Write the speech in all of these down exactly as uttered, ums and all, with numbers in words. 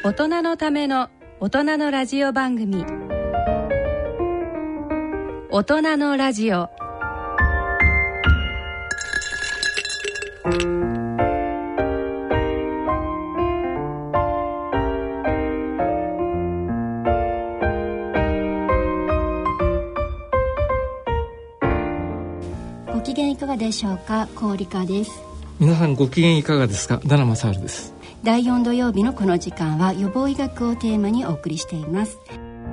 大人のための大人のラジオ番組、大人のラジオ。 ご機嫌いかがでしょうか。高理香です。 皆さんご機嫌いかがですか。ダナマサールです。 だいよん土曜日のこの時間は予防医学をテーマにお送りしています。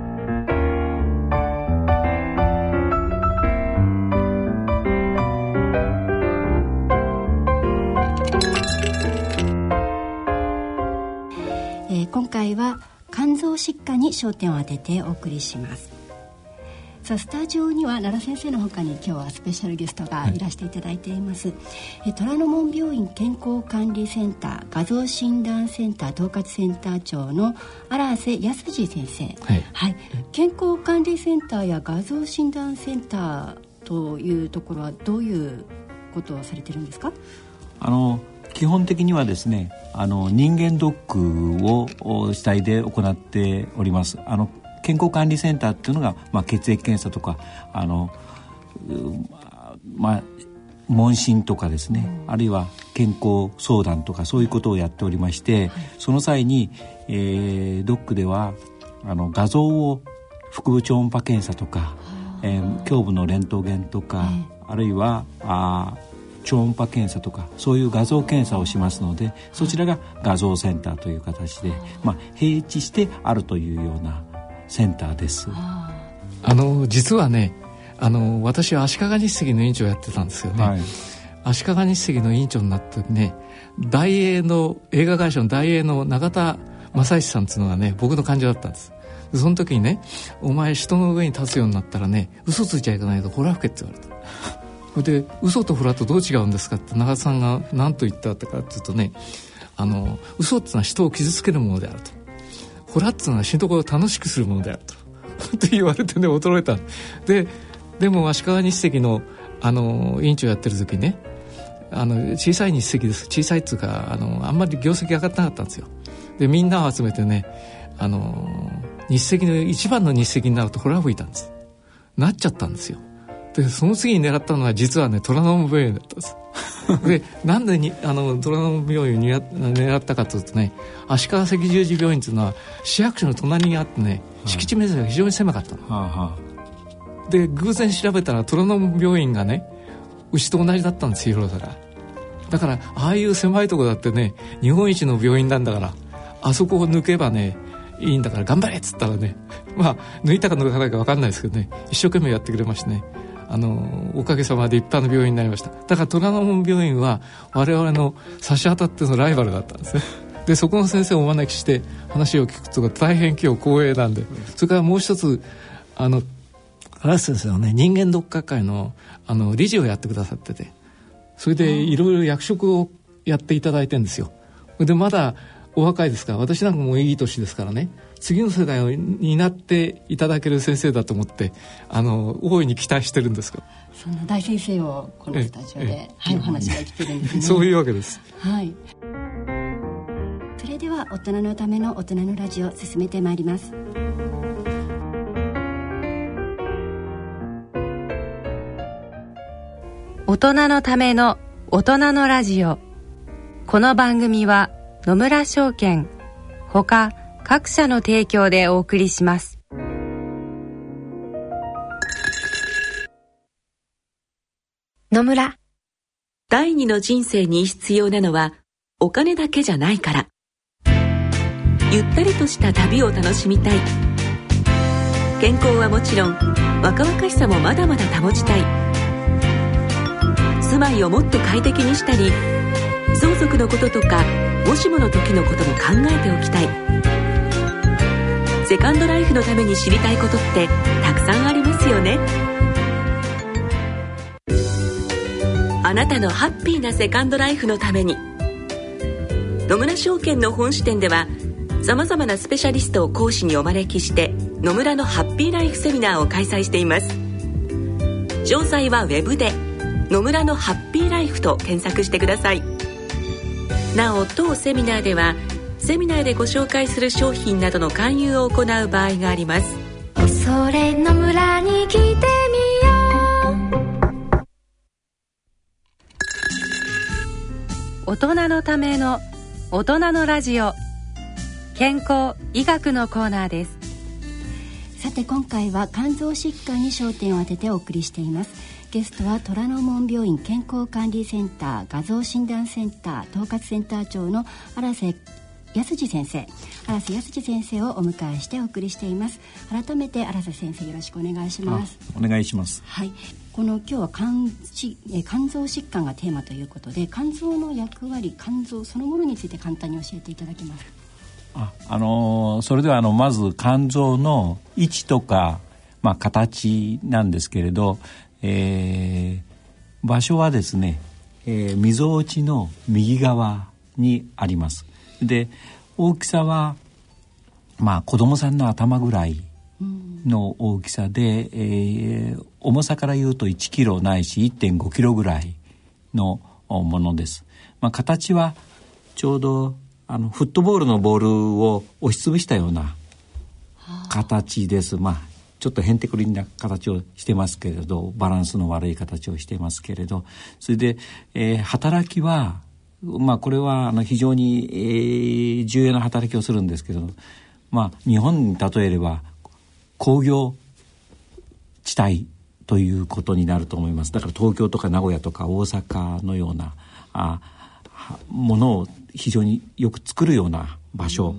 えー、今回は肝臓疾患に焦点を当ててお送りします。さあ、スタジオには奈良先生の他に今日はスペシャルゲストがいらしていただいています、はい、え虎ノ門病院健康管理センター画像診断センター統括センター長の荒瀬康二先生、はいはい、健康管理センターや画像診断センターというところはどういうことをされてるんですか。 あの基本的にはですね、あの人間ドックを主体で行っております。あの健康管理センターっていうのが、まあ、血液検査とかあの、まあ、問診とかですね、うん、あるいは健康相談とかそういうことをやっておりまして、はい、その際に、えー、ドックではあの画像を腹部超音波検査とか、えー、胸部のレントゲンとか、はい、あるいはあ超音波検査とかそういう画像検査をしますので、そちらが画像センターという形で、まあ、併置してあるというようなセンターです。 あの実はね、あの私は足利日赤の院長をやってたんですよね、はい、足利日赤の院長になった時ね、大映の映画会社の大映の永田正一さんっていうのがね僕の患者だったんです。でその時にね、お前人の上に立つようになったらね嘘ついちゃいけないとホラ吹けって言われた。それで嘘とホラとどう違うんですかって永田さんが何と言ったかっていうとね、あの嘘っていうのは人を傷つけるものであると、ホラッツが死ぬところを楽しくするものであるとって言われてね驚いた。ででも足利日赤のあの院長やってる時ね、あの小さい日赤です。小さいっつうかあのあんまり業績上がってなかったんですよ。でみんなを集めてね、あの日赤の一番の日赤になるとホラ吹いたんです。なっちゃったんですよ。でその次に狙ったのは実はね虎ノ門病院だったんです。でなんでにあの虎ノ門病院を狙ったかというとね、足利赤十字病院というのは市役所の隣にあってね、敷地面積が非常に狭かったの、はあはあ、で偶然調べたら虎ノ門病院がね牛と同じだったんですよ、広さが。だからああいう狭いところだってね日本一の病院なんだから、あそこを抜けばねいいんだから頑張れっつったらね、まあ抜いたか抜かないか分かんないですけどね、一生懸命やってくれましてね、あのおかげさまで立派な病院になりました。だから虎ノ門病院は我々の差し当たってのライバルだったんですね。でそこの先生をお招きして話を聞くとが大変今日光栄なんで、それからもう一つあの荒瀬先生はね人間ドック学会 の, あの理事をやってくださってて、それでいろいろ役職をやっていただいてるんですよ。でまだお若いですから、私なんかもういい年ですからね、次の世代を担っていただける先生だと思ってあの大いに期待してるんですが、 そんな大先生をこのスタジオで、はい、お話が来てるんですね。 そういうわけです、 はい、それでは大人のための大人のラジオ進めてまいります。 大人のための大人のラジオ。この番組は野村証券ほか各社の提供でお送りします。 野村、第二の人生に必要なのはお金だけじゃないから。ゆったりとした旅を楽しみたい。健康はもちろん若々しさもまだまだ保ちたい。住まいをもっと快適にしたり、相続のこととかもしもの時のことも考えておきたい。セカンドライフのために知りたいことってたくさんありますよね。あなたのハッピーなセカンドライフのために、野村証券の本支店ではさまざまなスペシャリストを講師にお招きして野村のハッピーライフセミナーを開催しています。詳細はウェブで野村のハッピーライフと検索してください。なお当セミナーではセミナーでご紹介する商品などの勧誘を行う場合があります。 それの村に来てみよう。 大人のための大人のラジオ、健康医学のコーナーです。 さて今回は肝臓疾患に焦点を当ててお送りしています。ゲストは虎ノ門病院健康管理センター画像診断センター統括センター長の荒瀬康二先生荒瀬康二先生をお迎えしてお送りしています。改めて荒瀬先生よろしくお願いします。 お願いします。 はい、この今日は肝しえ肝臓疾患がテーマということで、肝臓の役割、肝臓そのものについて簡単に教えていただけますか。 あ、あのー、それではあのまず肝臓の位置とか、まあ、形なんですけれど、えー、場所はですね、えー、みぞおちの右側にあります。で、大きさはまあ子供さんの頭ぐらいの大きさで、えー、重さから言うといちキロないし いってんごキロぐらいのものです。まあ、形はちょうどあのフットボールのボールを押しつぶしたような形です。まあちょっとへんてくりんな形をしてますけれど、バランスの悪い形をしてますけれど、それで、えー、働きはまあこれはあの非常に、えー、重要な働きをするんですけど、まあ日本に例えれば工業地帯ということになると思います。だから東京とか名古屋とか大阪のようなあものを非常によく作るような場所、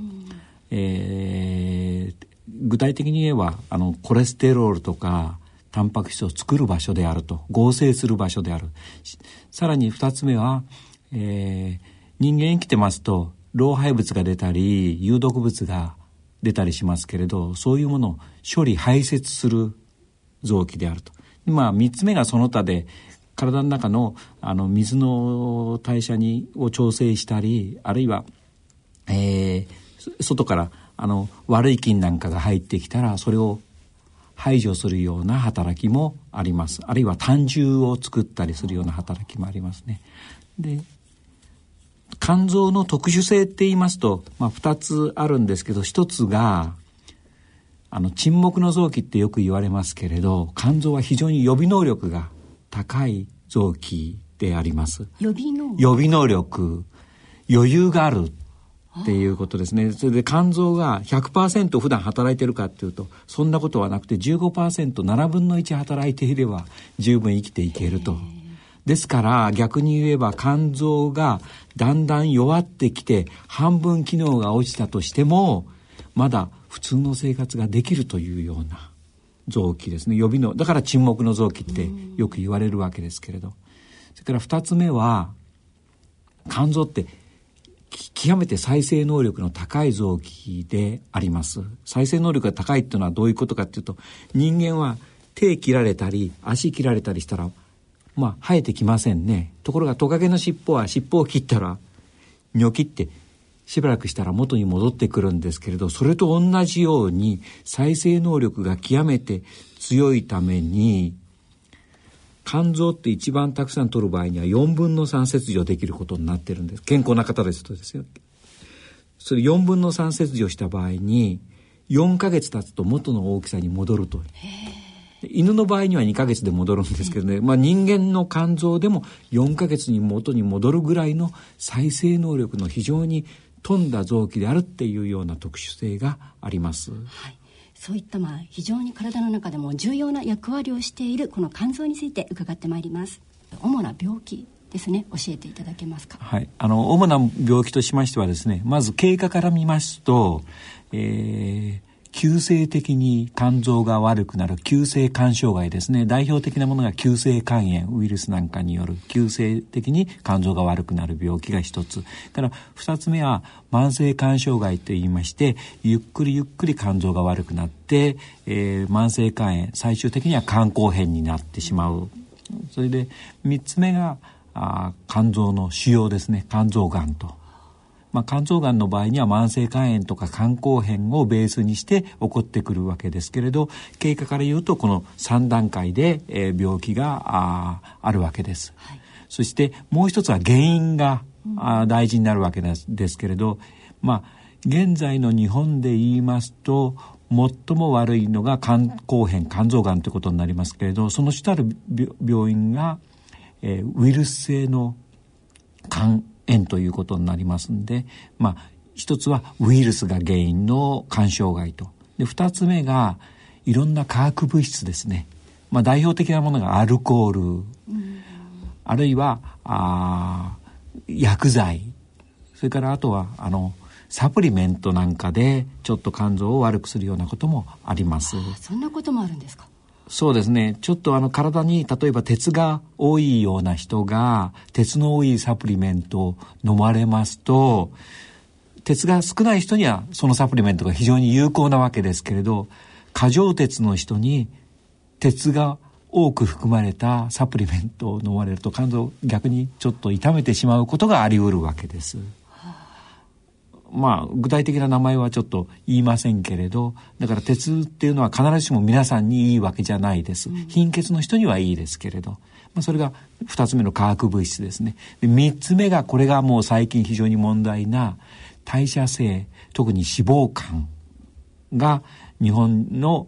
えー、具体的に言えばあのコレステロールとかタンパク質を作る場所であると、合成する場所である。さらにふたつめは、えー、人間生きてますと老廃物が出たり有毒物が出たりしますけれど、そういうものを処理排泄する臓器であると。で、まあ、みっつめがその他で体の中のあの水の代謝にを調整したり、あるいは、えー、外からあの悪い菌なんかが入ってきたらそれを排除するような働きもあります。あるいは胆汁を作ったりするような働きもありますね。で、肝臓の特殊性って言いますと、まあ、ふたつあるんですけど、ひとつがあの沈黙の臓器ってよく言われますけれど、肝臓は非常に予備能力が高い臓器であります。 予備能力、 予備能力、余裕があるっていうことですね。それで肝臓が ひゃくパーセント 普段働いてるかっていうとそんなことはなくて じゅうごパーセント、ななぶんのいち働いていれば十分生きていけると。ですから逆に言えば肝臓がだんだん弱ってきて半分機能が落ちたとしてもまだ普通の生活ができるというような臓器ですね。予備のだから沈黙の臓器ってよく言われるわけですけれど、それからふたつめは肝臓って極めて再生能力の高い臓器であります。再生能力が高いっていうのはどういうことかっていうと、人間は手切られたり足切られたりしたらまあ生えてきませんね。ところがトカゲの尻尾は尻尾を切ったらニョキってしばらくしたら元に戻ってくるんですけれど、それと同じように再生能力が極めて強いために肝臓って一番たくさん取る場合にはよんぶんのさん切除できることになってるんです。健康な方ですとですよ。それよんぶんのさん切除した場合によんかげつ経つと元の大きさに戻ると。犬の場合にはにかげつで戻るんですけどね、まあ、人間の肝臓でもよんかげつに元に戻るぐらいの再生能力の非常に富んだ臓器であるっていうような特殊性があります。 はい、そういったまあ非常に体の中でも重要な役割をしているこの肝臓について伺ってまいります。主な病気ですね、教えていただけますか。 はい、あの主な病気としましてはですね、まず経過から見ますと、えー急性的に肝臓が悪くなる急性肝障害ですね。代表的なものが急性肝炎、ウイルスなんかによる急性的に肝臓が悪くなる病気が一つから二つ目は慢性肝障害といいまして、ゆっくりゆっくり肝臓が悪くなって、えー、慢性肝炎、最終的には肝硬変になってしまう。それで三つ目があ肝臓の腫瘍ですね。肝臓がんと、まあ、肝臓がんの場合には慢性肝炎とか肝硬変をベースにして起こってくるわけですけれど、経過から言うとこのさん段階で、えー、病気が あ, あるわけです、はい、そしてもう一つは原因が、うん、あ大事になるわけです、ですけれど、 まあ現在の日本で言いますと最も悪いのが肝硬変肝臓がんということになりますけれど、その主たる病院が、えー、ウイルス性の肝炎ということになりますんで、まあ一つはウイルスが原因の肝障害と、で二つ目がいろんな化学物質ですね。まあ代表的なものがアルコール、うん、あるいはあ薬剤、それからあとはあのサプリメントなんかでちょっと肝臓を悪くするようなこともあります。 あ、そんなこともあるんですか。 そうですね。ちょっとあの体に例えば鉄が多いような人が鉄の多いサプリメントを飲まれますと、鉄が少ない人にはそのサプリメントが非常に有効なわけですけれど、過剰鉄の人に鉄が多く含まれたサプリメントを飲まれると肝臓を逆にちょっと痛めてしまうことがあり得るわけです。まあ具体的な名前はちょっと言いませんけれど、だから鉄っていうのは必ずしも皆さんにいいわけじゃないです。貧血の人にはいいですけれど、まあ、それがふたつめの化学物質ですね。でみっつめがこれがもう最近非常に問題な代謝性、特に脂肪肝が日本の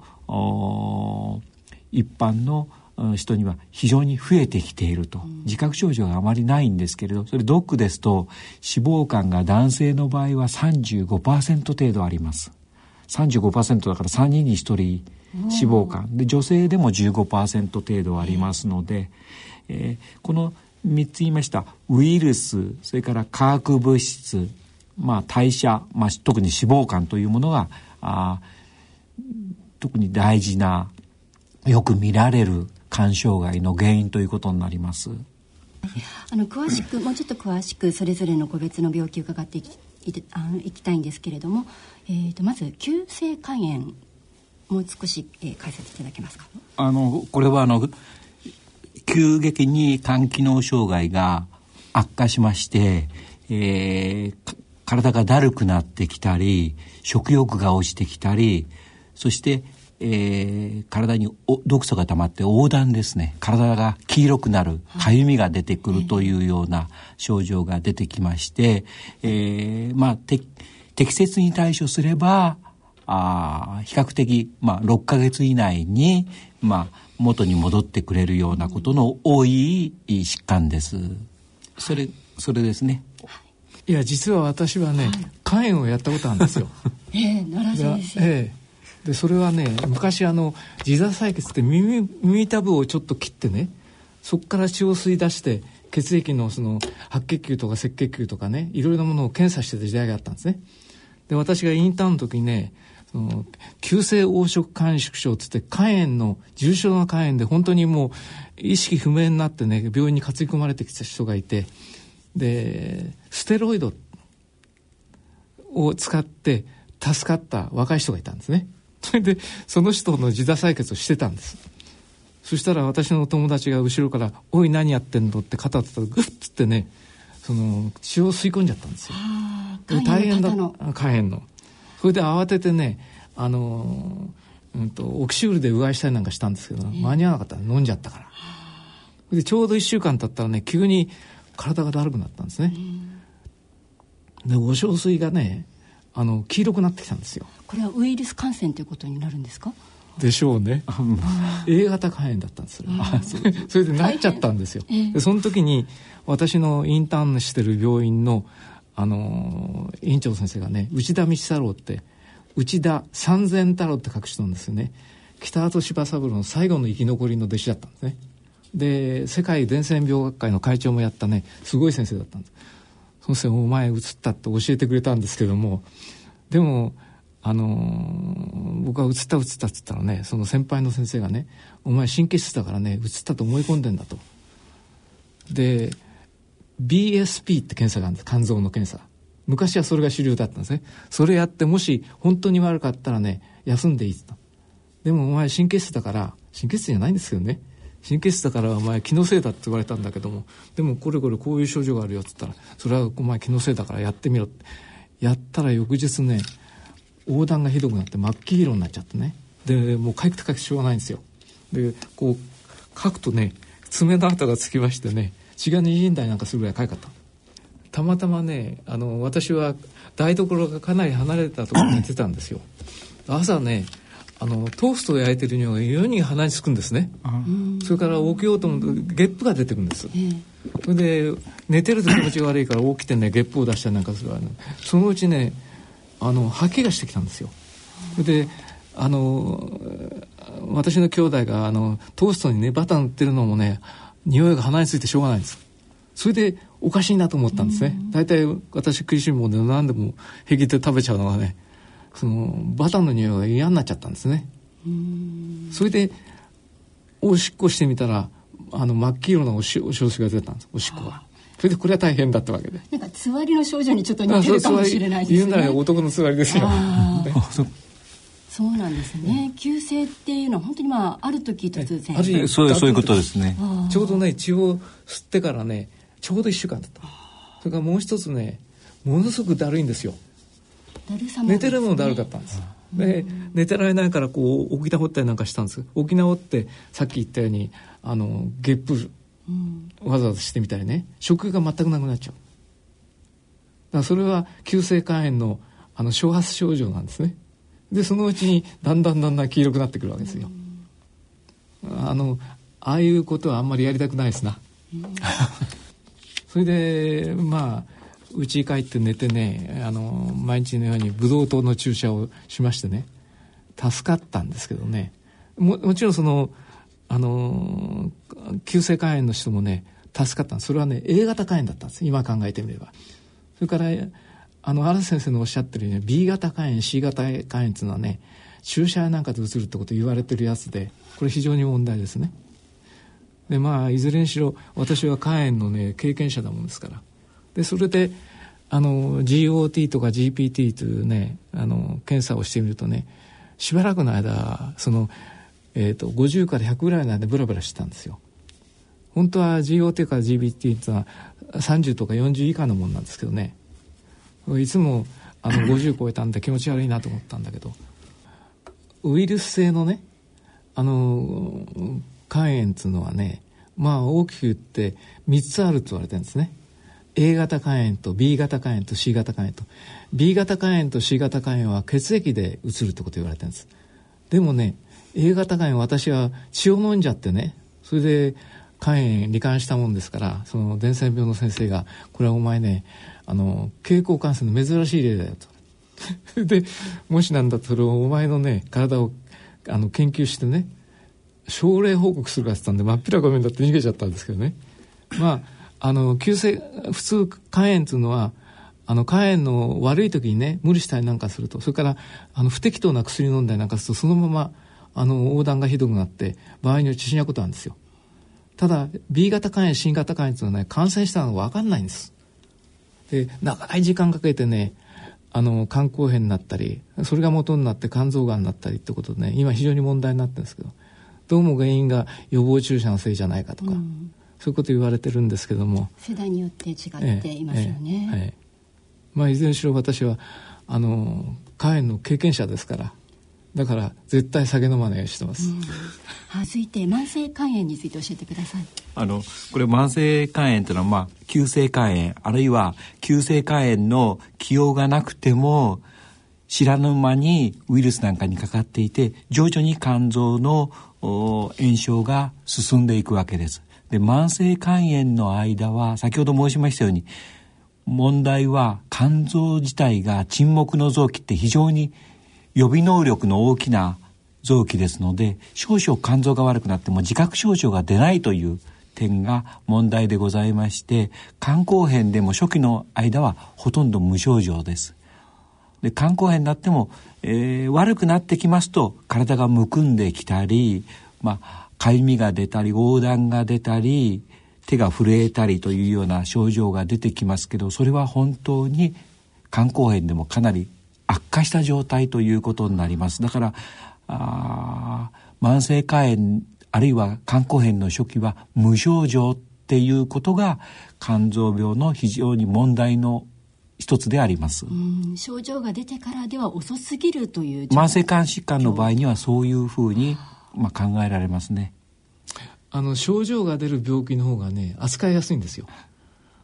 一般の人には非常に増えてきていると、自覚症状があまりないんですけれど、それドックですと脂肪肝が男性の場合は さんじゅうごパーセント 程度あります。 さんじゅうごパーセント だからさんにんにひとり脂肪肝で、女性でも じゅうごパーセント 程度ありますので、えー、このみっつ言いましたウイルス、それから化学物質、まあ、代謝、まあ、特に脂肪肝というものがあ特に大事な、よく見られる肝障害の原因ということになります。 あの詳しくもうちょっと詳しくそれぞれの個別の病気を伺っていき、いあのいきたいんですけれども、えー、とまず急性肝炎もう少し、えー、解説いただけますか。 あのこれはあの急激に肝機能障害が悪化しまして、えー、体がだるくなってきたり食欲が落ちてきたり、そしてえー、体に毒素が溜まって黄疸ですね、体が黄色くなる、かゆみが出てくるというような症状が出てきまして、えー、まあて適切に対処すればあ比較的、まあ、ろっかげつ以内に、まあ、元に戻ってくれるようなことの多い疾患です。それそれですね。 いや実は私はね、はい、肝炎をやったことあるんですよ。 えー、奈良先生。 えーでそれはね、昔あの自座採血って 耳, 耳たぶをちょっと切ってね、そこから血を吸い出して血液のその白血球とか赤血球とかね、いろいろなものを検査してた時代があったんですね。で私がインターンの時にね、その急性黄色肝縮症つって肝炎の重症な肝炎で本当にもう意識不明になってね、病院に担ぎ込まれてきた人がいて、でステロイドを使って助かった若い人がいたんですね。それでその人の自座採血をしてたんです。そしたら私の友達が後ろから「おい何やってんの?」って肩たたグッつってね、その血を吸い込んじゃったんですよ。大変だ、肝炎の。それで慌ててね、あのーうん、とオキシュールでうがいしたりなんかしたんですけど、間に合わなかったら飲んじゃったから。でちょうどいっしゅうかん経ったらね、急に体がだるくなったんですね。でお小水がね、あの黄色くなってきたんですよ。 これはウイルス感染ということになるんですか。 でしょうね。A 型肝炎だったんですよ。それでなっちゃったんですよ。でその時に私のインターンしてる病院の、あのー、院長先生がね、内田道太郎って、内田三千太郎って書く人なんですよね。北里柴三郎の最後の生き残りの弟子だったんですね。で世界伝染病学会の会長もやったね、すごい先生だったんです。その先生、お前移ったって教えてくれたんですけども、でもあのー、僕は移った移ったって言ったらね、その先輩の先生がね、お前神経質だからね、移ったと思い込んでんだと。で ビーエスピー って検査があるんです、肝臓の検査。昔はそれが主流だったんですね。それやってもし本当に悪かったらね、休んでいいと。でもお前神経質だから、神経質じゃないんですけどね、神経質だからお前気のせいだって言われたんだけども、でもこれこれこういう症状があるよって言ったら、それはお前気のせいだからやってみろって。やったら翌日ね、黄疸がひどくなって真っ黄色になっちゃってね。でもうかゆくてかゆくてしょうがないんですよ。でこうかくとね、爪の跡がつきましてね、血がにじんだりなんかするぐらいかゆかった。 たまたまねあの私は台所がかなり離れたところに寝てたんですよ朝ねあのトーストを焼いてる匂いが世に鼻につくんですね。それから起きようと思うとゲップが出てくるんです。それで寝てると気持ちが悪いから起きてねゲップを出したりなんかするわ、ね、そのうちねあの吐きがしてきたんですよ。それであの私の兄弟があのトーストにねバター塗ってるのもね匂いが鼻についてしょうがないんです。それでおかしいなと思ったんですね。大体私食いしん坊で何でも平気で食べちゃうのがねそのバターの匂いが嫌になっちゃったんですね。それでおしっこしてみたらあの真っ黄色なおしお小子が出たんですおしっこが。それでこれは大変だったわけでなんかつわりの症状にちょっと似てるかもしれないですね。 言うなら男のつわりですよそうなんですね。急性っていうのは本当にまあある時突然あるそうそういうことですね。 ちょうどね血を吸ってからねちょうどいっしゅうかんだった。それからもう一つねものすごくだるいんですよ。 だるさもですね、 寝てるのもだるかったんです。で寝てられないからこう起き直ったりなんかしたんです。起き直ってさっき言ったようにあのゲップわざわざしてみたりね食欲が全くなくなっちゃう。だからそれは急性肝炎のあの初発症状なんですね。でそのうちにだんだんだんだん黄色くなってくるわけですよ。あのああいうことはあんまりやりたくないですなそれでまあ家帰って寝てねあの毎日のようにブドウ糖の注射をしましてね助かったんですけどね も, もちろんそのあの急性肝炎の人もね助かったんです。それはね A 型肝炎だったんです今考えてみれば。それからあの原先生のおっしゃってるように B 型肝炎 C 型肝炎っていうのはね注射なんかでうつるってことを言われてるやつでこれ非常に問題ですね。でまあいずれにしろ私は肝炎のね経験者だもんですからでそれであの ジーオーティー とか ジーピーティー というねあの検査をしてみるとねしばらくの間その、えー、とごじゅうからひゃくぐらいの間ブラブラしてたんですよ。本当は ジーオーティー から ジーピーティー っていうのはさんじゅうとかよんじゅう以下のものなんですけどねいつもあのごじゅう超えたんで気持ち悪いなと思ったんだけどウイルス性のねあの肝炎っていうのはねまあ大きく言ってみっつあると言われてるんですね。 A 型肝炎と B 型肝炎と C 型肝炎と B 型肝炎と C 型肝炎は血液でうつるってこと言われてるんです。でもね A 型肝炎私は血を飲んじゃってねそれで肝炎罹患したもんですからその伝染病の先生がこれはお前ねあの経口感染の珍しい例だよとでもしなんだとそれをお前のね体をあの研究してね症例報告するかって言ったんで真っ平ごめんだって逃げちゃったんですけどねまああの急性普通肝炎というのはあの肝炎の悪い時にね無理したりなんかするとそれからあの不適当な薬飲んだりなんかするとそのままあの横断がひどくなって場合によって死ぬことあるんですよ。ただ B 型肝炎 C 型肝炎というのはね感染したのが分かんないんです。で長い時間かけてねあの肝硬変になったりそれが元になって肝臓がんになったりってことでね今非常に問題になってるんですけどどうも原因が予防注射のせいじゃないかとか、うん、そういうこと言われてるんですけども世代によって違っていますよね、 ええええまあ、いずれにしろ私はあの肝炎の経験者ですからだから絶対酒飲まないようにしてます、うんは続いて慢性肝炎について教えてください。 あのこれ慢性肝炎というのは、まあ、急性肝炎あるいは急性肝炎の既往がなくても知らぬ間にウイルスなんかにかかっていて徐々に肝臓の炎症が進んでいくわけです。で慢性肝炎の間は先ほど申しましたように問題は肝臓自体が沈黙の臓器って非常に予備能力の大きな臓器ですので少々肝臓が悪くなっても自覚症状が出ないという点が問題でございまして肝硬変でも初期の間はほとんど無症状です。で肝硬変になっても、えー、悪くなってきますと体がむくんできたり、まあ、かゆみが出たり横断が出たり手が震えたりというような症状が出てきますけどそれは本当に肝硬変でもかなり悪化した状態ということになります。だからあ慢性肝炎あるいは肝硬変の初期は無症状っていうことが肝臓病の非常に問題の一つであります。 うん症状が出てからでは遅すぎるという慢性肝疾患の場合にはそういうふうに、まあ、考えられますね。 あの症状が出る病気の方がね扱いやすいんですよ。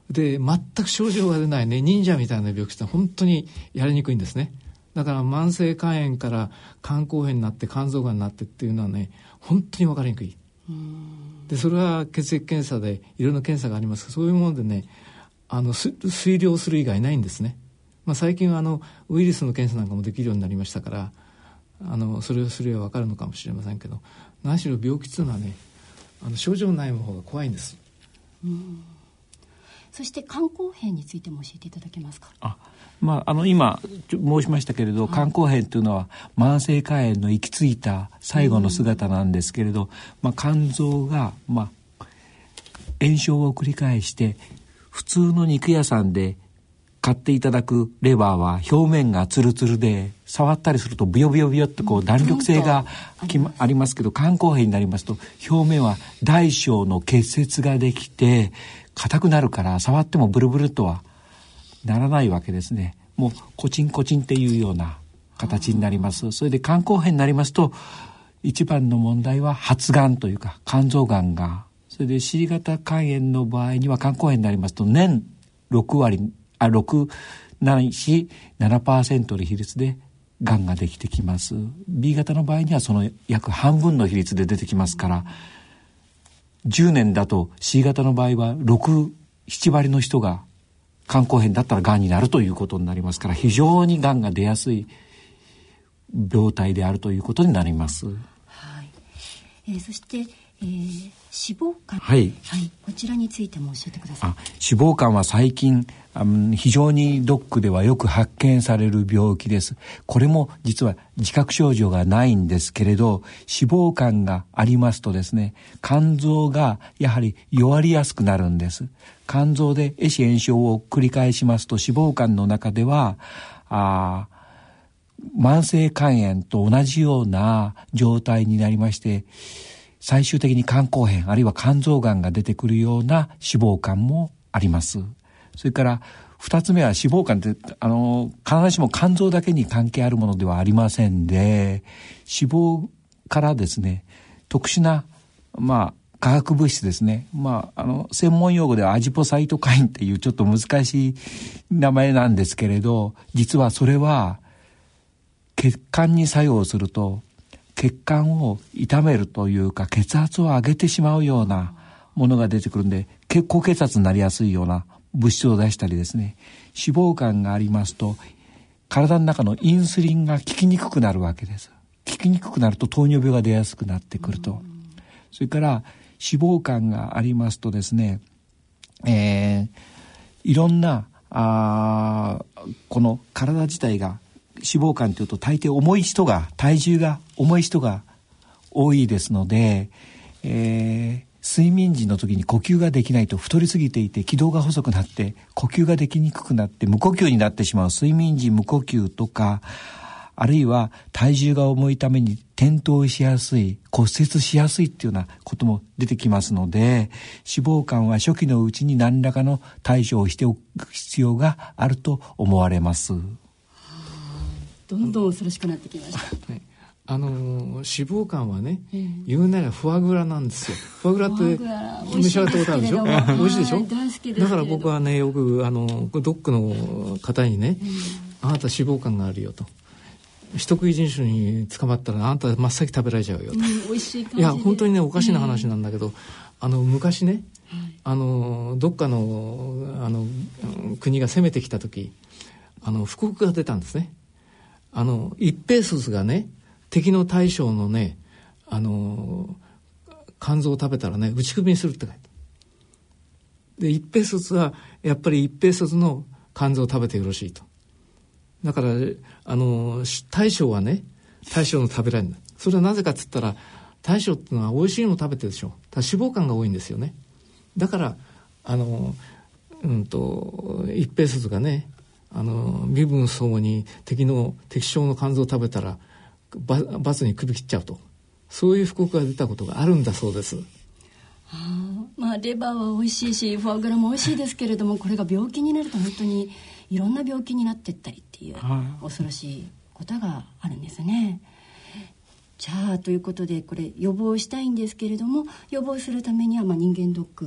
で全く症状が出ないね忍者みたいな病気って本当にやりにくいんですね。だから慢性肝炎から肝硬変になって肝臓がんになってっていうのはね本当に分かりにくい。でそれは血液検査でいろんな検査がありますが、そういうものでねあの推量する以外ないんですね。まあ、最近はあのウイルスの検査なんかもできるようになりましたから、あのそれをすれば分かるのかもしれませんけど、何しろ病気っていうのはねあの症状ない方が怖いんです。 うん、そして肝硬変についても教えていただけますか。 あ、まあ、あの今申しましたけれど、肝硬変というのは慢性肝炎の行き着いた最後の姿なんですけれど、まあ、肝臓が、まあ、炎症を繰り返して普通の肉屋さんで買っていただくレバーは表面がツルツルで触ったりするとビヨビヨビヨってこう弾力性がありますけど、肝硬変になりますと表面は大小の結節ができて硬くなるから触ってもブルブルとはならないわけですね。もうコチンコチンっていうような形になります。それで肝硬変になりますと一番の問題は発がんというか肝臓がんが、それで C 型肝炎の場合には肝硬変になりますと年ろくわりあろくないし ななパーセント の比率でがんができてきます。 B 型の場合にはその約半分の比率で出てきますから、じゅうねんだと C 型の場合はろく、なな割の人が肝硬変だったらがんになるということになりますから、非常にがんが出やすい病態であるということになります。 はい。えー、そして、えー、脂肪肝、 はいはい、こちらについても教えてください。 あ、脂肪肝は最近あの非常にドックではよく発見される病気です。これも実は自覚症状がないんですけれど、脂肪肝がありますとですね、肝臓がやはり弱りやすくなるんです。肝臓で壊死炎症を繰り返しますと、脂肪肝の中ではあ慢性肝炎と同じような状態になりまして、最終的に肝硬変あるいは肝臓がんが出てくるような脂肪肝もあります。それから二つ目は脂肪肝ってあの必ずしも肝臓だけに関係あるものではありませんで、脂肪からですね特殊なまあ化学物質ですね、まああの専門用語ではアジポサイトカインっていうちょっと難しい名前なんですけれど、実はそれは血管に作用すると血管を傷めるというか血圧を上げてしまうようなものが出てくるんで、高血圧になりやすいような物質を出したりですね、脂肪肝がありますと体の中のインスリンが効きにくくなるわけです。効きにくくなると糖尿病が出やすくなってくると。それから脂肪肝がありますとですね、えー、いろんなあこの体自体が脂肪肝というと大抵重い人が体重が重い人が多いですので、えー睡眠時の時に呼吸ができないと太りすぎていて気道が細くなって呼吸ができにくくなって無呼吸になってしまう睡眠時無呼吸とか、あるいは体重が重いために転倒しやすい骨折しやすいっていうようなことも出てきますので、脂肪肝は初期のうちに何らかの対処をしておく必要があると思われます。 どんどん恐ろしくなってきました、 はい、あのー、脂肪肝はね、うん、言うならフォアグラなんですよ。フォアグラって召し上がったことあるでしょ。美味しいでしょ。大好きです。だから僕はねよくあのドックの方にね、うん、あなた脂肪肝があるよと、人食い人種に捕まったらあなた真っ先食べられちゃうよと、うん、 美味しい感じで。 いや本当にねおかしな話なんだけど、うん、あの昔ね、はい、あのどっかのあの国が攻めてきた時、あの布告が出たんですね。あの一平卒がね敵の大将のねあの肝臓を食べたらね打ち首にするって書いて、で一平卒はやっぱり一平卒の肝臓を食べてよろしいと。だからあの大将はね大将の食べられない。それはなぜかっつったら大将っていうのは美味しいのを食べてるでしょ。ただ脂肪肝が多いんですよね。だからあのうんと一平卒がねあの身分相応に敵の敵将の肝臓を食べたら罰に首切っちゃうと、そういう布告が出たことがあるんだそうです。 あ、まあ、レバーは美味しいしフォアグラも美味しいですけれども、これが病気になると本当にいろんな病気になっていったりっていう恐ろしいことがあるんですね。じゃあということでこれ予防したいんですけれども、予防するためにはまあ人間ドック、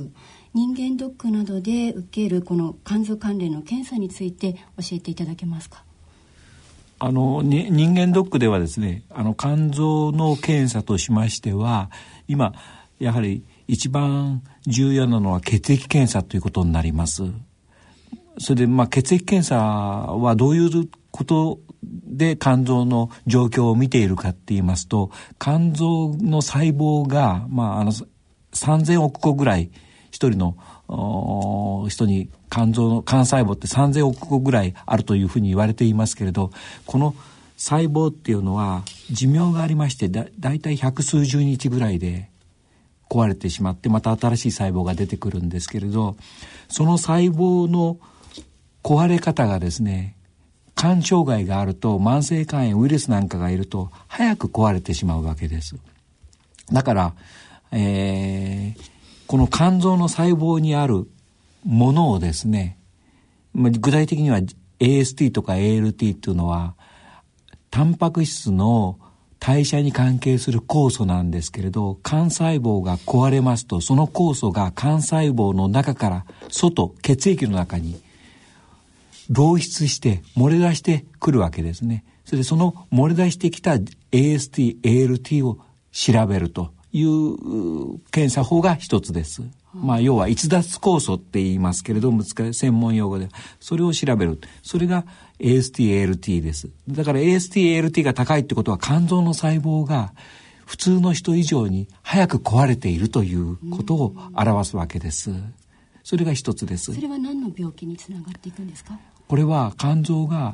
人間ドックなどで受けるこの肝臓関連の検査について教えていただけますか？ あのに人間ドックではですね、あの肝臓の検査としましては、今やはり一番重要なのは血液検査ということになります。それでまあ血液検査はどういうことで肝臓の状況を見ているかって言いますと、肝臓の細胞が、まあ、あのさんぜんおくこぐらい一人の人に肝臓の肝細胞ってさんぜんおくこぐらいあるというふうに言われていますけれど、この細胞っていうのは寿命がありまして、だ, だいたい百数十日ぐらいで壊れてしまって、また新しい細胞が出てくるんですけれど、その細胞の壊れ方がですね、肝障害があると、慢性肝炎ウイルスなんかがいると早く壊れてしまうわけです。だから、えー、この肝臓の細胞にあるものをですね、具体的には エーエスティー とか エーエルティー っていうのはタンパク質の代謝に関係する酵素なんですけれど、肝細胞が壊れますと、その酵素が肝細胞の中から外、血液の中に漏出して漏れ出してくるわけですね。それでその漏れ出してきた エーエスティー、エーエルティー を調べるという検査法が一つです。まあ要は逸脱酵素って言いますけれど、難しい専門用語でそれを調べる。それが エーエスティー、エーエルティー です。だから エーエスティー、エーエルティー が高いってことは、肝臓の細胞が普通の人以上に早く壊れているということを表すわけです。それが一つです。 それは何の病気につながっていくんですか？ これは肝臓が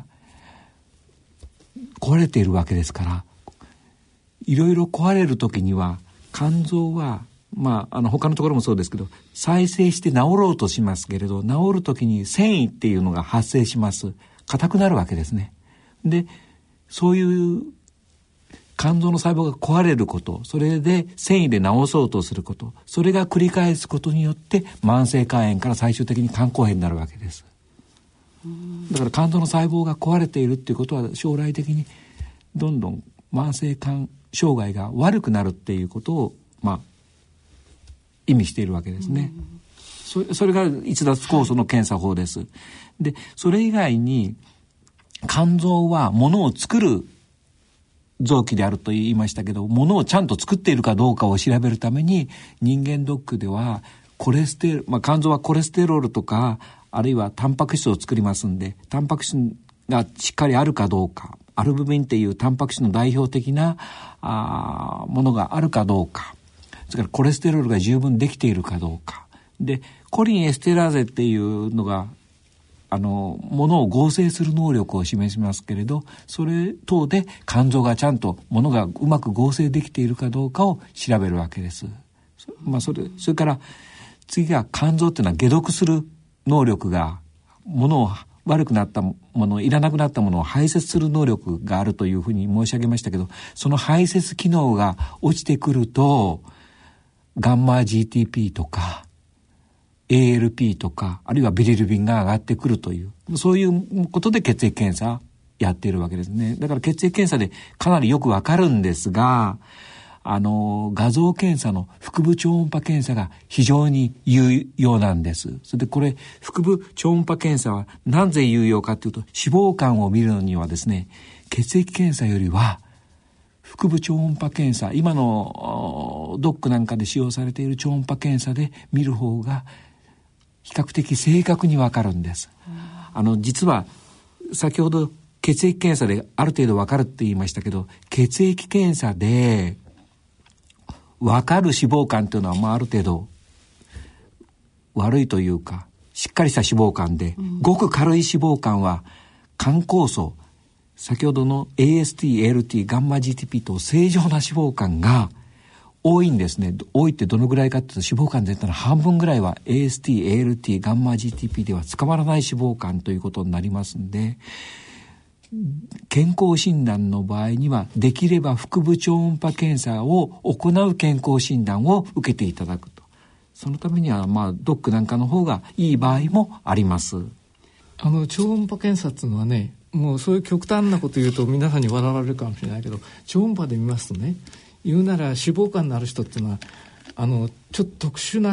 壊れているわけですから、いろいろ壊れるときには肝臓は、まあ、あの他のところもそうですけど、再生して治ろうとしますけれど、治るときに繊維っていうのが発生します。硬くなるわけですね。で、そういう肝臓の細胞が壊れること、それで繊維で治そうとすること、それが繰り返すことによって慢性肝炎から最終的に肝硬変になるわけです。だから肝臓の細胞が壊れているっていうことは、将来的にどんどん慢性肝障害が悪くなるっていうことを、まあ、意味しているわけですね。それ、それが逸脱酵素の検査法です。で、それ以外に肝臓は物を作る臓器であると言いましたけど、物をちゃんと作っているかどうかを調べるために、人間ドックではコレステロール、まあ、肝臓はコレステロールとか、あるいはタンパク質を作りますんで、タンパク質がしっかりあるかどうか、アルブミンっていうタンパク質の代表的なあものがあるかどうか、それからコレステロールが十分できているかどうかで、コリンエステラーゼっていうのがあのものを合成する能力を示しますけれど、それ等で肝臓がちゃんとものがうまく合成できているかどうかを調べるわけです。まあ、それそれから次が肝臓っていうのは解毒する能力が、ものを悪くなったもの、いらなくなったものを排泄する能力があるというふうに申し上げましたけど、その排泄機能が落ちてくるとガンマ ジーティーピー とか エーエルピー とか、あるいはビリルビンが上がってくるという、そういうことで血液検査やっているわけですね。だから血液検査でかなりよくわかるんですが、あの画像検査の腹部超音波検査が非常に有用なんです。それでこれ腹部超音波検査はなぜ有用かというと、脂肪肝を見るのにはですね、血液検査よりは腹部超音波検査、今のドックなんかで使用されている超音波検査で見る方が比較的正確にわかるんです。あの実は先ほど血液検査である程度わかるって言いましたけど、血液検査で分かる脂肪肝というのは、まあ、ある程度悪いというかしっかりした脂肪肝で、うん、ごく軽い脂肪肝は肝酵素、先ほどの エーエスティー、エーエルティー、ガンマ ジーティーピー と正常な脂肪肝が多いんですね。多いってどのぐらいかというと、脂肪肝全体の半分ぐらいは エーエスティー、エーエルティー、ガンマ ジーティーピー では捕まらない脂肪肝ということになりますんで、健康診断の場合にはできれば腹部超音波検査を行う健康診断を受けていただくと。そのためにはまあドックなんかの方がいい場合もあります。 あの超音波検査っていうのはね、もうそういう極端なこと言うと皆さんに笑われるかもしれないけど、超音波で見ますとね、言うなら脂肪肝のある人っていうのはあのちょっと特殊な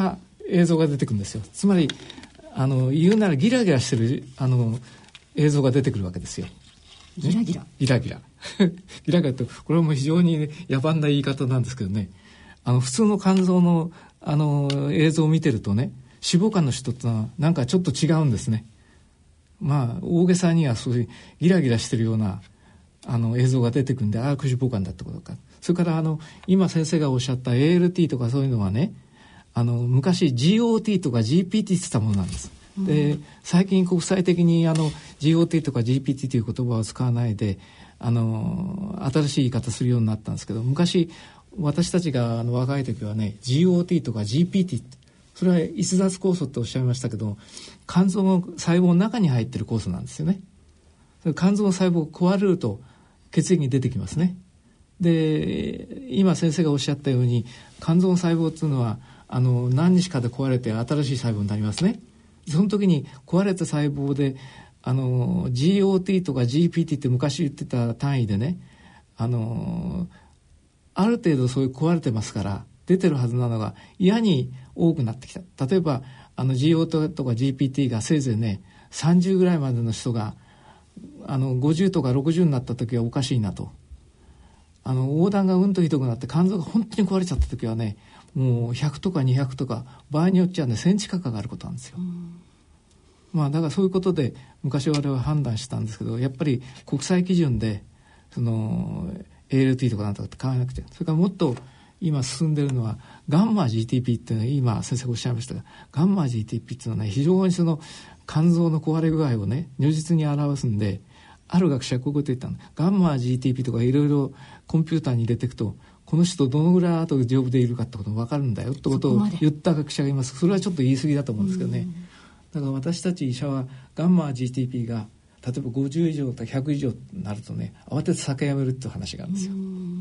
映像が出てくるんですよ。つまりあの言うならギラギラしてるあの映像が出てくるわけですよ。 ギラギラ、 ね、ギラギラギラギラとこれはもう非常に、ね、野蛮な言い方なんですけどね、あの普通の肝臓の、あの映像を見てるとね、脂肪肝の人ってのはなんかちょっと違うんですね。まあ大げさにはそういうギラギラしてるようなあの映像が出てくるんで、ああ脂肪肝だってことか。それからあの今先生がおっしゃった エーエルティー とかそういうのはね、あの昔 ジーオーティー とか ジーピーティー って言ったものなんです。で最近国際的にあの ジーオーティー とか ジーピーティー という言葉を使わないであの新しい言い方するようになったんですけど、昔私たちがあの若い時はね ジーオーティー とか ジーピーティー、 それは逸脱酵素っておっしゃいましたけど、肝臓の細胞の中に入っている酵素なんですよね。肝臓の細胞が壊れると血液に出てきますね。で今先生がおっしゃったように肝臓の細胞っていうのはあの何日かで壊れて新しい細胞になりますね。その時に壊れた細胞であの ジーオーティー とか ジーピーティー って昔言ってた単位でね、あのある程度そういう壊れてますから出てるはずなのが嫌に多くなってきた。例えばあの ジーオーティー とか ジーピーティー がせいぜいねさんじゅうぐらいまでの人があのごじゅうとかろくじゅうになった時はおかしいなと、あの横断がうんとひどくなって肝臓が本当に壊れちゃった時はね、もうひゃくとかにひゃくとか場合によっちゃねせん近く上がることなんですよ。まあだからそういうことで昔我々は判断したんですけど、やっぱり国際基準でその エーエルティー とかなんとかって変わらなくて、それからもっと今進んでいるのはガンマ ジーティーピー っていうのは今先生がおっしゃいましたが、ガンマ ジーティーピー っていうのはね非常にその肝臓の壊れ具合をね如実に表すんで、ある学者がこういうこと言ったの。ガンマ ジーティーピー とかいろいろコンピューターに入れていくとこの人どのぐらい後で丈夫でいるかってことが分かるんだよってことを言った学者がいます。それはちょっと言い過ぎだと思うんですけどね。だから私たち医者はガンマ ジーティーピー が例えばごじゅう以上とかひゃく以上になるとね慌てて酒やめるっていう話があるんですよ。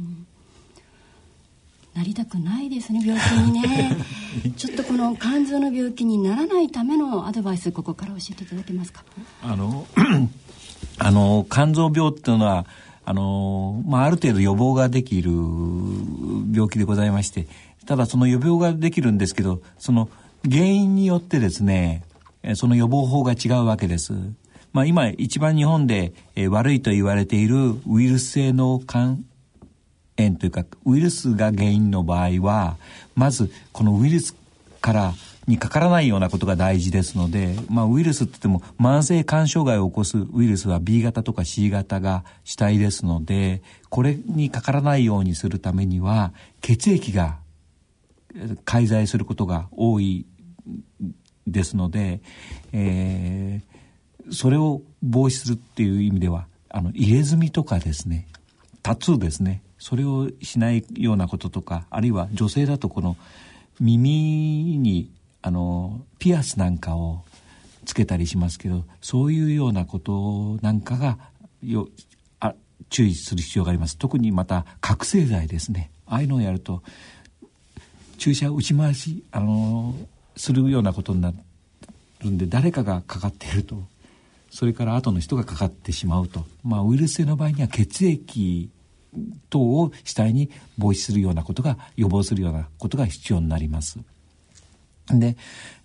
なりたくないですね病気にねちょっとこの肝臓の病気にならないためのアドバイスここから教えていただけますか。 あのあの肝臓病っていうのはあの、まあ、ある程度予防ができる病気でございまして、ただその予防ができるんですけど、その原因によってですねその予防法が違うわけです。まあ、今一番日本で、えー、悪いと言われているウイルス性の肝炎というかウイルスが原因の場合はまずこのウイルスからにかからないようなことが大事ですので、まあ、ウイルスって言っても慢性肝障害を起こすウイルスは ビー 型とか シー 型が主体ですので、これにかからないようにするためには血液が介在することが多いですので、えー、それを防止するっていう意味ではあの入れ墨とかですね、タトゥーですね、それをしないようなこととか、あるいは女性だとこの耳にあのピアスなんかをつけたりしますけど、そういうようなことなんかがよあ注意する必要があります。特にまた覚醒剤ですね、ああいうのをやると注射打ち回しあのするようなことになるんで、誰かがかかっているとそれから後の人がかかってしまうと、まあ、ウイルス性の場合には血液等を主体に防止するようなことが予防するようなことが必要になります。で、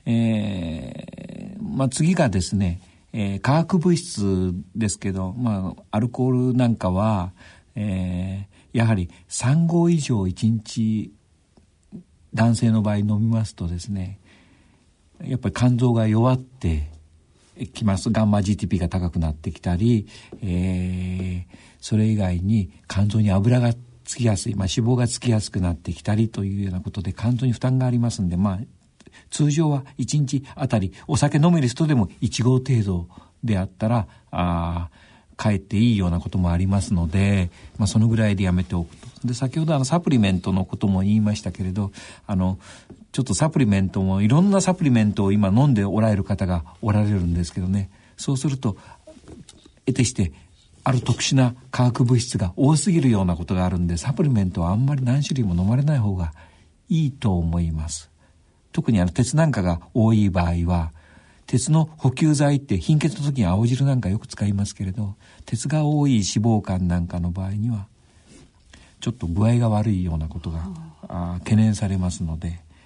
えーまあ、次がですね、えー、化学物質ですけど、まあ、アルコールなんかは、えー、やはりさん合以上いちにち男性の場合飲みますとですね、やっぱり肝臓が弱ってきます。ガンマ ジーティーピー が高くなってきたり、えー、それ以外に肝臓に油がつきやすい、まあ、脂肪がつきやすくなってきたりというようなことで肝臓に負担がありますんで、まあ、通常はいちにちあたりお酒飲める人でもいち合程度であったらあかえっていいようなこともありますので、まあ、そのぐらいでやめておくと。で、先ほどあのサプリメントのことも言いましたけれど、あのちょっとサプリメントもいろんなサプリメントを今飲んでおられる方がおられるんですけどね、そうすると得てしてある特殊な化学物質が多すぎるようなことがあるんで、サプリメントはあんまり何種類も飲まれない方がいいと思います。特にあの鉄なんかが多い場合は、鉄の補給剤って貧血の時に青汁なんかよく使いますけれど、鉄が多い脂肪肝なんかの場合にはちょっと具合が悪いようなことがあ懸念されますので、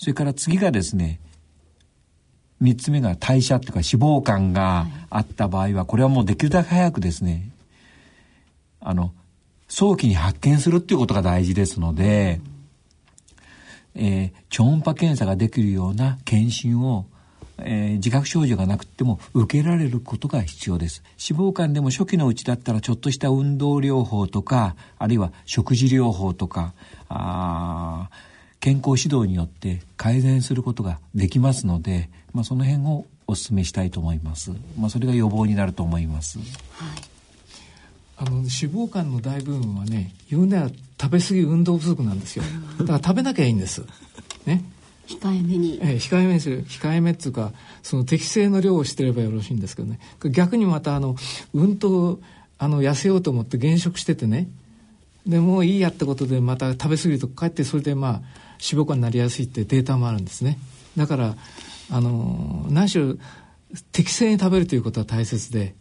それから次がですね、みっつめが代謝というか脂肪肝があった場合は、これはもうできるだけ早くですね、あの早期に発見するっていうことが大事ですので、えー、超音波検査ができるような検診を、えー、自覚症状がなくても受けられることが必要です。脂肪肝でも初期のうちだったらちょっとした運動療法とか、あるいは食事療法とか、あ健康指導によって改善することができますので、まあ、その辺をお勧めしたいと思います。まあ、それが予防になると思います。はい、 あの脂肪肝の大部分はね、言うなら食べ過ぎ運動不足なんですよ。だから食べなきゃいいんですね。 控えめに、 ええ、控えめにする。控えめっていうか、その適正の量をしてればよろしいんですけどね。逆にまたあの運動あの痩せようと思って減食しててね、でもういいやってことでまた食べ過ぎるとかえってそれでまあ脂肪肝になりやすいってデータもあるんですね。だからあの何しろ適正に食べるということは大切で、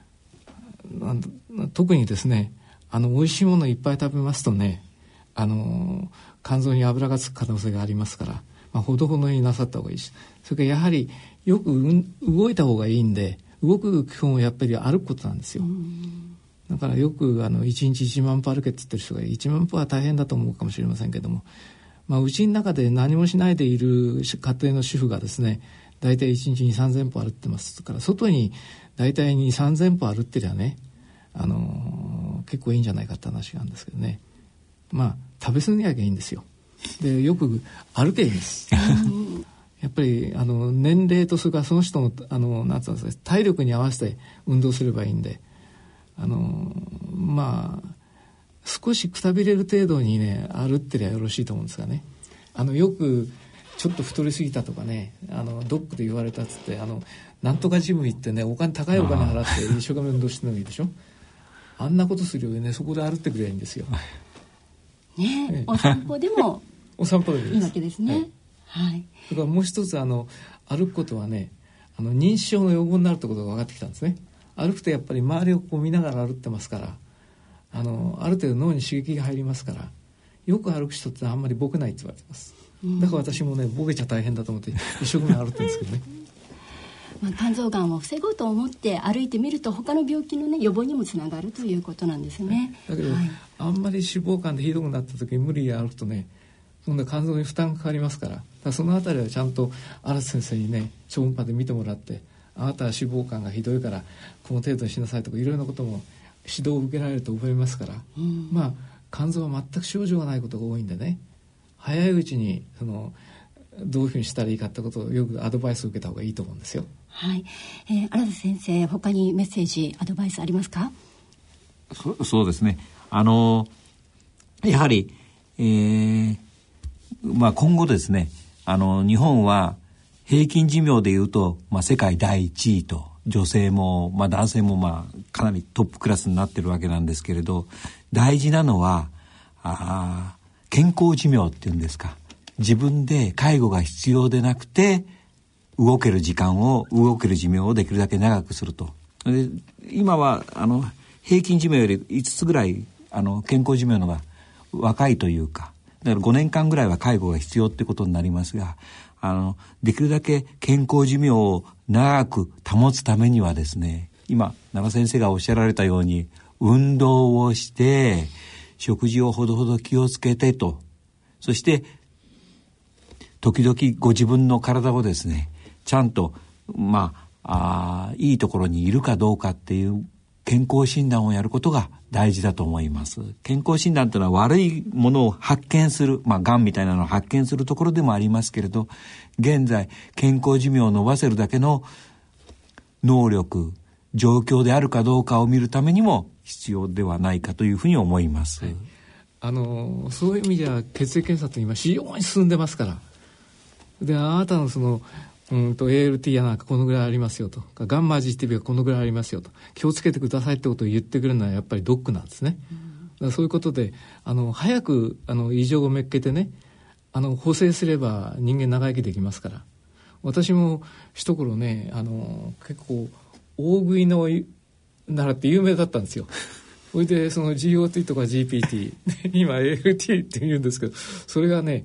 特にですね、あの美味しいものをいっぱい食べますとね、あの肝臓に油がつく可能性がありますから、まあ、ほどほどになさった方がいいし、それからやはりよく、うん、動いた方がいいんで、動く基本はやっぱり歩くことなんですよ。だからよくあのいちにちいちまん歩歩けって言ってる人がいちまん歩は大変だと思うかもしれませんけども、まあ、うちの中で何もしないでいる家庭の主婦がですね、だいたいいちにちにさんぜん歩歩ってますから、外にだいたいにさんぜん歩歩ってりゃね、あのー、結構いいんじゃないかって話なんですけどね。まあ食べ過ぎなきゃいいんですよ。でよく歩けばいいんですやっぱりあの年齢とそれからその人のあのなんつうんですか、体力に合わせて運動すればいいんで、あのまあ少しくたびれる程度にね歩ってりゃよろしいと思うんですがね。あのよくちょっと太りすぎたとかね、あのドックで言われたっつってあのなんとかジム行ってね、お金高いお金払って一生懸命運動してるのいいでしょ。あんなことするよりね、そこで歩ってくればいいんですよねえ、お散歩でもお散歩でもいいです。 いいわけですね。はい。はい、 それからもう一つあの歩くことはね、あの認知症の予防になるってことが分かってきたんですね。歩くとやっぱり周りをこう見ながら歩ってますから、あのある程度脳に刺激が入りますから、よく歩く人ってあんまりボケないって言われてます。だから私もね、ボケちゃ大変だと思って一生懸命歩ってるんですけどねまあ、肝臓がんを防ごうと思って歩いてみると他の病気の、ね、予防にもつながるということなんですね。 だけど、はい、あんまり脂肪肝でひどくなった時に無理に歩くとね、今度は肝臓に負担がかかりますから、だからそのあたりはちゃんと荒瀬先生にね超音波で見てもらって、あなたは脂肪肝がひどいからこの程度にしなさいとかいろいろなことも指導を受けられると覚えますから、うん、まあ肝臓は全く症状がないことが多いんでね、早いうちにそのどういうふうにしたらいいかってことをよくアドバイスを受けた方がいいと思うんですよ。 はい、えー、荒瀬先生、他にメッセージアドバイスありますか？ そ, そうですね、あのやはり、えーまあ、今後ですね、あの日本は平均寿命でいうと、まあ、世界だいいちいと、女性も、まあ、男性も、まあ、かなりトップクラスになってるわけなんですけれど、大事なのはあ健康寿命っていうんですか、自分で介護が必要でなくて動ける時間を動ける寿命をできるだけ長くすると。で今はあの平均寿命よりいつつぐらいあの健康寿命のが若いというか、だからごねんかんぐらいは介護が必要ってことになりますが、あのできるだけ健康寿命を長く保つためにはですね、今奈良先生がおっしゃられたように運動をして食事をほどほど気をつけてと、そして時々ご自分の体をですねちゃんとまあ、あいいところにいるかどうかっていう健康診断をやることが大事だと思います。健康診断というのは悪いものを発見する、まあがんみたいなのを発見するところでもありますけれど、現在健康寿命を伸ばせるだけの能力状況であるかどうかを見るためにも必要ではないかというふうに思います。はい、 あのそういう意味では血液検査って今非常に進んでますから、であなたのそのうんと エーエルティー やなんかこのぐらいありますよとか、ガンマ ジーティービー がこのぐらいありますよと、気をつけてくださいってことを言ってくれるのはやっぱりドックなんですね。うん、だからそういうことであの早くあの異常をめっけてね、あの補正すれば人間長生きできますから。私も一頃ね、あの結構大食いの習って有名だったんですよ。それでその ジーオーティー とか ジーピーティー 今 エーエルティー って言うんですけど、それがね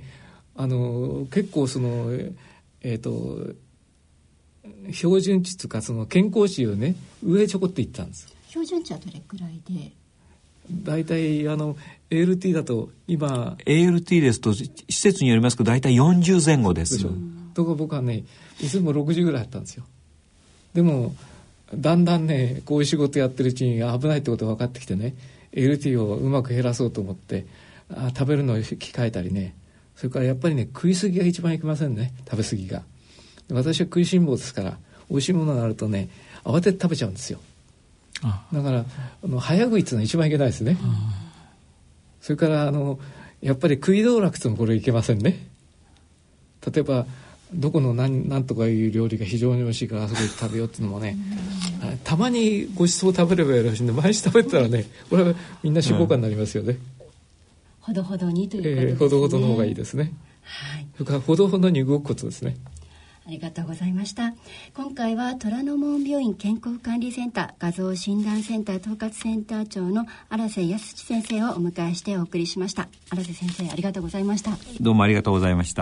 あの結構そのえっ、ー、と標準値とかその健康値をね上ちょこっていったんです。 標準値はどれくらいで？ だいたいあの エーエルティー だと今エーエルティー ですと施設によりますとだいたいよんじゅうぜん後です。 でしょ。とか僕はねいつもろくじゅうぐらいあったんですよ。でもだんだんねこういう仕事やってるうちに危ないってことが分かってきてね エーエルティー をうまく減らそうと思ってあ食べるのを控えたりね、それからやっぱりね食い過ぎが一番いけませんね。食べ過ぎが、私は食いしん坊ですから、美味しいものがあるとね慌てて食べちゃうんですよ。あだからあの早食いっていうのは一番いけないですね。それからあのやっぱり食い道楽っていうのもこれいけませんね。例えばどこの何何とかいう料理が非常に美味しいからあそこで食べようっていうのもねたまにごちそう食べればよろしいんで毎日食べてたらねこれはみんな脂肪肝になりますよね。 ほどほどにということですね。 えー、ほどほどの方がいいですね。 はい。 それからほどほどに動くことですね。 ありがとうございました。今回は虎ノ門病院健康管理センター画像診断センター統括センター長の荒瀬康先生をお迎えしてお送りしました。荒瀬先生ありがとうございました。 どうもありがとうございました。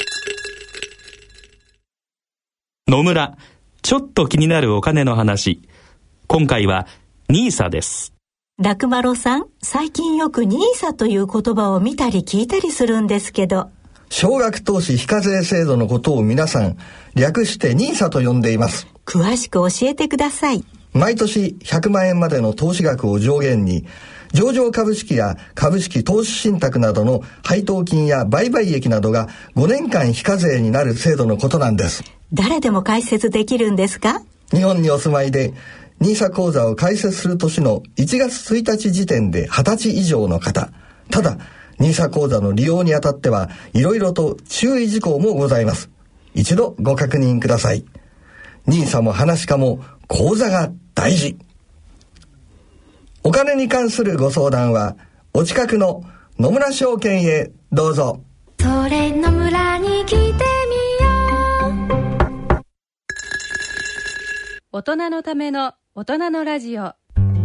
野村、ちょっと気になるお金の話。今回はニーサです。 楽丸さん、最近よくニーサという言葉を見たり聞いたりするんですけど、 少額投資非課税制度のことを皆さん略してニーサと呼んでいます。 詳しく教えてください。 毎年ひゃくまんえんまでの投資額を上限に上場株式や株式投資信託などの配当金や売買益などがごねんかん非課税になる制度のことなんです。 誰でも開設できるんですか？ 日本にお住まいでニーサ口座を開設する年のいちがつついたち時点ではたち以上の方、ただニーサ口座の利用にあたってはいろいろと注意事項もございます。一度ご確認ください。ニーサも話し家も口座が大事。お金に関するご相談はお近くの野村証券へどうぞ。 それ野村に来てみよう。 大人のための大人のラジオ。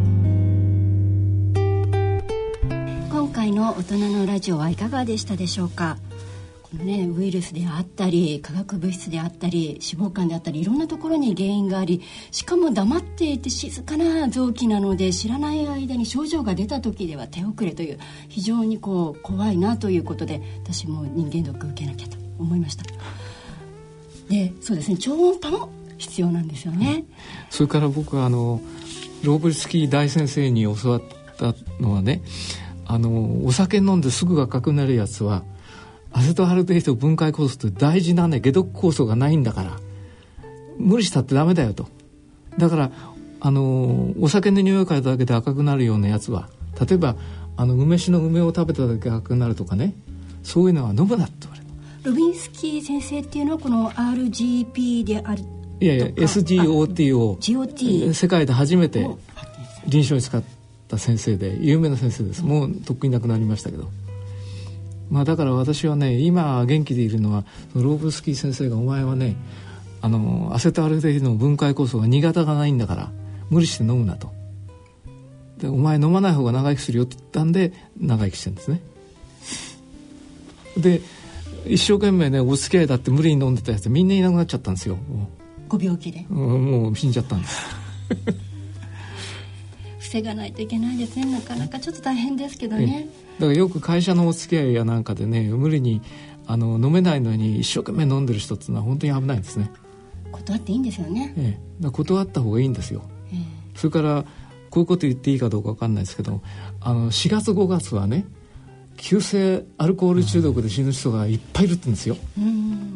今回の大人のラジオはいかがでしたでしょうか。このね、ウイルスであったり化学物質であったり脂肪肝であったりいろんなところに原因があり、しかも黙っていて静かな臓器なので知らない間に症状が出た時では手遅れという非常にこう怖いなということで、私も人間ドック受けなきゃと思いました。で、そうですね、超音波も必要なんですよね。 それから僕はあのローブリスキー大先生に教わったのはね、あのお酒飲んですぐ赤くなるやつはアセトアルデヒド分解酵素って大事なね解毒酵素がないんだから無理したってダメだよと。だからあのお酒の匂い嗅いだだけで赤くなるようなやつは、例えばあの梅酒の梅を食べただけで赤くなるとかね、そういうのは飲むなって言われる。 ロビンスキー先生っていうのはこの アールジーピー であるとか、 いやいや エスジーオーティー をジーオーティー世界で初めて臨床に使った先生で有名な先生です。もうとっくに亡くなりましたけど、まあ、だから私はね今元気でいるのはローブスキー先生がお前はねあのアセトアルデヒドの分解酵素がに型がないんだから無理して飲むなと。でお前飲まない方が長生きするよって言ったんで長生きしてるんですね。で一生懸命ねお付き合いだって無理に飲んでたやつみんないなくなっちゃったんですよ。 ご病気で、 うん、もう死んじゃったんです防がないといけないですね。なかなかちょっと大変ですけどね。 だからよく会社のお付き合いやなんかでね無理にあの飲めないのに一生懸命飲んでる人っていうのは本当に危ないんですね。 断っていいんですよね。 ええ、だ断った方がいいんですよ。ええ、それからこういうこと言っていいかどうか分かんないですけど、あのしがつごがつはね急性アルコール中毒で死ぬ人がいっぱいいるって言うんですよ。 うん、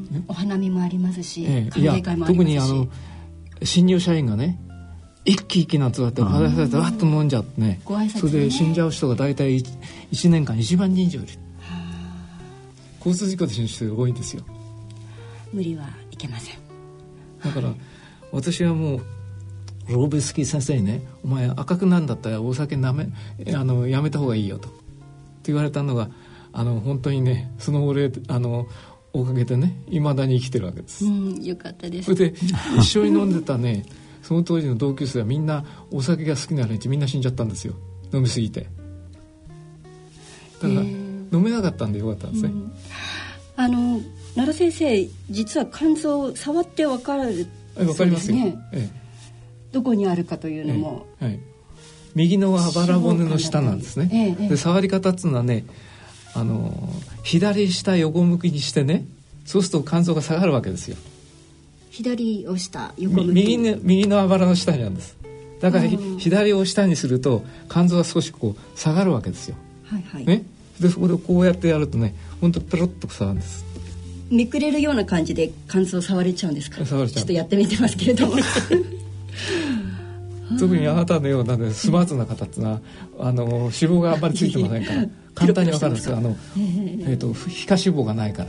ね、お花見もありますし、 ええ、いや特にあの新入社員がね一気一気なつわって肌されてわっと飲んじゃってね、 ね、 それで死んじゃう人が大体 いちねんかんいちまんにん以上いる。交通事故で死ぬ人が多いんですよ。 無理はいけません。 だから私はもうローベスキー先生にね、お前赤くなるんだったらお酒なめあのやめた方がいいよとって言われたのがあの本当にねそのお礼あのおかげでね未だに生きてるわけです。 うん、よかったです。 それで一緒に飲んでたねその当時の同級生はみんなお酒が好きな連中みんな死んじゃったんですよ。飲みすぎて。だから飲めなかったんでよかったんですね。 うん、 あの奈良先生、実は肝臓触って分かる分かりますよ、ねええ、 どこにあるかというのも、 ええはい、右のあばら骨の下なんですね、ええ、で触り方っていうのはね、あの左下横向きにしてね、そうすると肝臓が下がるわけですよ。 左を下横向き、 右の、右のあばらの下にあるんです。だから左を下にすると肝臓が少しこう下がるわけですよ、はいはい、ね、でそこでこうやってやるとね、ほんとペロッと下がるんです。 めくれるような感じで肝臓触れちゃうんですか？ 触れちゃう。 ちょっとやってみてますけれども特にあなたのような、ね、スマートな方っていうのは、あの脂肪があんまりついてませんから簡単に分かるんですよ。あの、えーと、皮下脂肪がないから、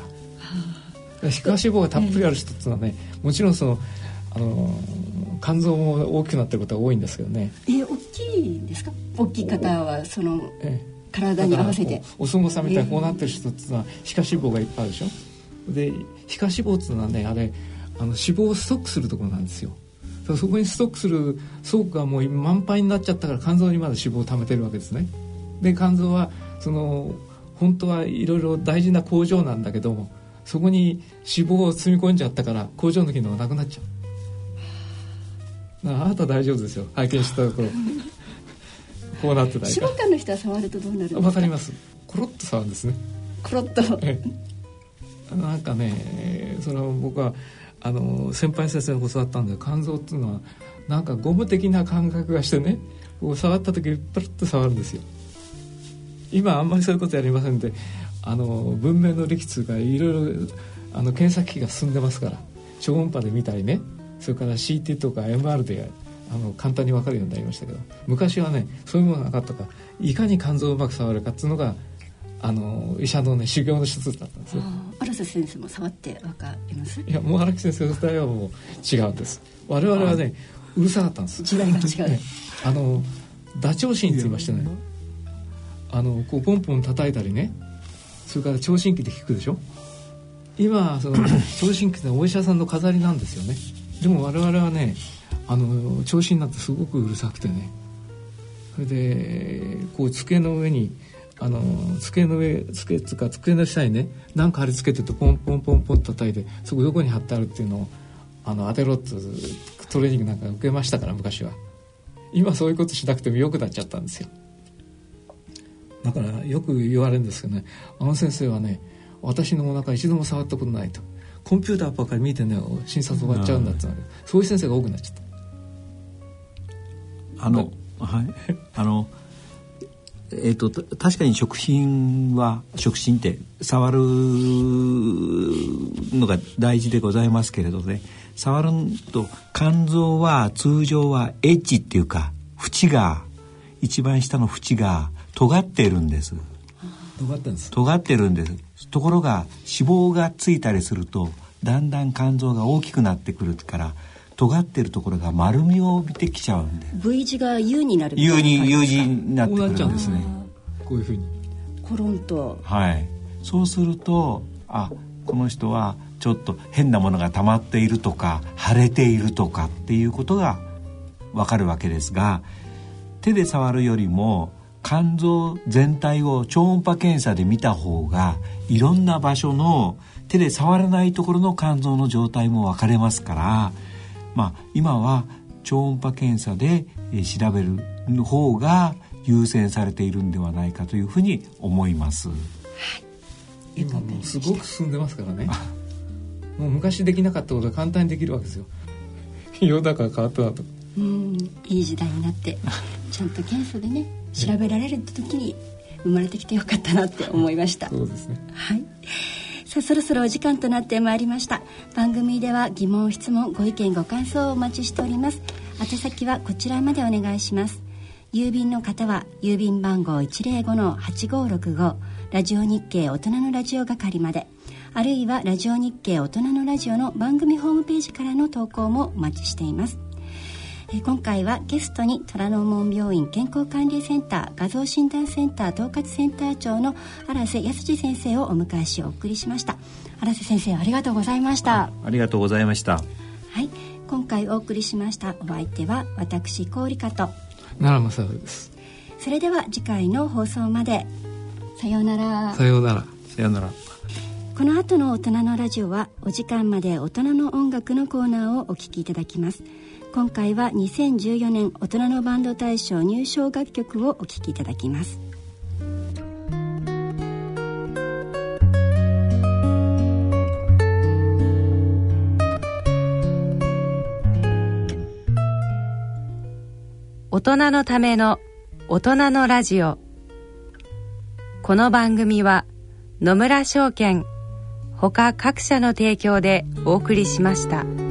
皮下脂肪がたっぷりある人っていうのはね、もちろんそのあの肝臓も大きくなってることが多いんですけどね。 えー、大きいんですか？大きい方はその、えー、体に合わせてお相撲さんみたいにこうなってる人っていうのは皮下脂肪がいっぱいあるでしょ。で皮下脂肪っていうのはね、あれあの脂肪をストックするところなんですよ。そこにストックする倉庫がもう満杯になっちゃったから、肝臓にまだ脂肪を溜めてるわけですね。で肝臓はその本当はいろいろ大事な工場なんだけども、そこに脂肪を積み込んじゃったから工場の機能がなくなっちゃう。だからあなた大丈夫ですよ、拝見したところこうなってないから。 脂肪肝の人は触るとどうなるんですか？ わかります。コロッと触るんですね。 コロッとなんかね、その僕はあの先輩先生に教わったんで、肝臓っていうのはなんかゴム的な感覚がしてね、こう触った時パルッと触るんですよ。今あんまりそういうことやりませんで、あの文明の力通がいろいろあの検査機器が進んでますから、超音波で見たりね、それから シーティー とか エムアール であの簡単に分かるようになりましたけど、昔はねそういうものがなかったから、いかに肝臓をうまく触るかっていうのがあの医者のね修行の一つだったんですよ。 荒瀬先生も触って分かります？ いや、もう荒木先生の時代はもう違うんです。我々はねうるさかったんです。 時代が違うあの打聴診って言いましてね、あのこうポンポン叩いたりね、それから聴診器で聞くでしょ。今その聴診器ってお医者さんの飾りなんですよね。でも我々はね、あの聴診なんてすごくうるさくてね、それでこう机の上にあの机の上机つか机の下にね何か貼り付けててポンポンポンポン叩いて、そこどこに貼ってあるっていうのをあの当てろってトレーニングなんか受けましたから、昔は。今そういうことしなくてもよくなっちゃったんですよ。だからよく言われるんですけどね、あの先生はね、私のお腹一度も触ったことないと、コンピューターばっかり見てね診察終わっちゃうんだって、そういう先生が多くなっちゃった。 あのはいあのえー、と確かに触診は触診って触るのが大事でございますけれどね、触ると肝臓は通常はエッジっていうか縁が一番下の縁が尖っているんです。 尖ってるんです。 尖ってるんです。ところが脂肪がついたりするとだんだん肝臓が大きくなってくるから尖ってるところが丸みを帯びてきちゃうんで、 V 字が U になる U に U 字になってくるんですね。 こういうふうにコロンと、 はい、そうするとあこの人はちょっと変なものが溜まっているとか腫れているとかっていうことがわかるわけですが、手で触るよりも肝臓全体を超音波検査で見た方がいろんな場所の手で触らないところの肝臓の状態も分かれますから、まあ、今は超音波検査で調べる方が優先されているんではないかというふうに思います。はい、 今もうすごく進んでますからね。もう昔できなかったことが簡単にできるわけですよ。世の中が変わったなと。 うん、いい時代になってちゃんと検査でね調べられる時に生まれてきてよかったなって思いました。 そうですね。 はい。さあそろそろお時間となってまいりました。番組では疑問質問ご意見ご感想をお待ちしております。宛先はこちらまでお願いします。郵便の方は郵便番号 いちまるごのはちごろくご ラジオ日経大人のラジオ係まで、あるいはラジオ日経大人のラジオの番組ホームページからの投稿もお待ちしています。え今回はゲストに虎ノ門病院健康管理センター画像診断センター統括センター長の荒瀬康先生をお迎えしお送りしました。荒瀬先生ありがとうございました。 ありがとうございました。はい、今回お送りしましたお相手は私氷香と奈良正です。 それでは次回の放送まで。さようなら。 さようなら。 さようなら。 この後の大人のラジオはお時間まで大人の音楽のコーナーをお聴きいただきます。今回はにせんじゅうよねん大人のバンド大賞入賞楽曲をお聴きいただきます。 大人のための大人のラジオ。この番組は野村証券他各社の提供でお送りしました。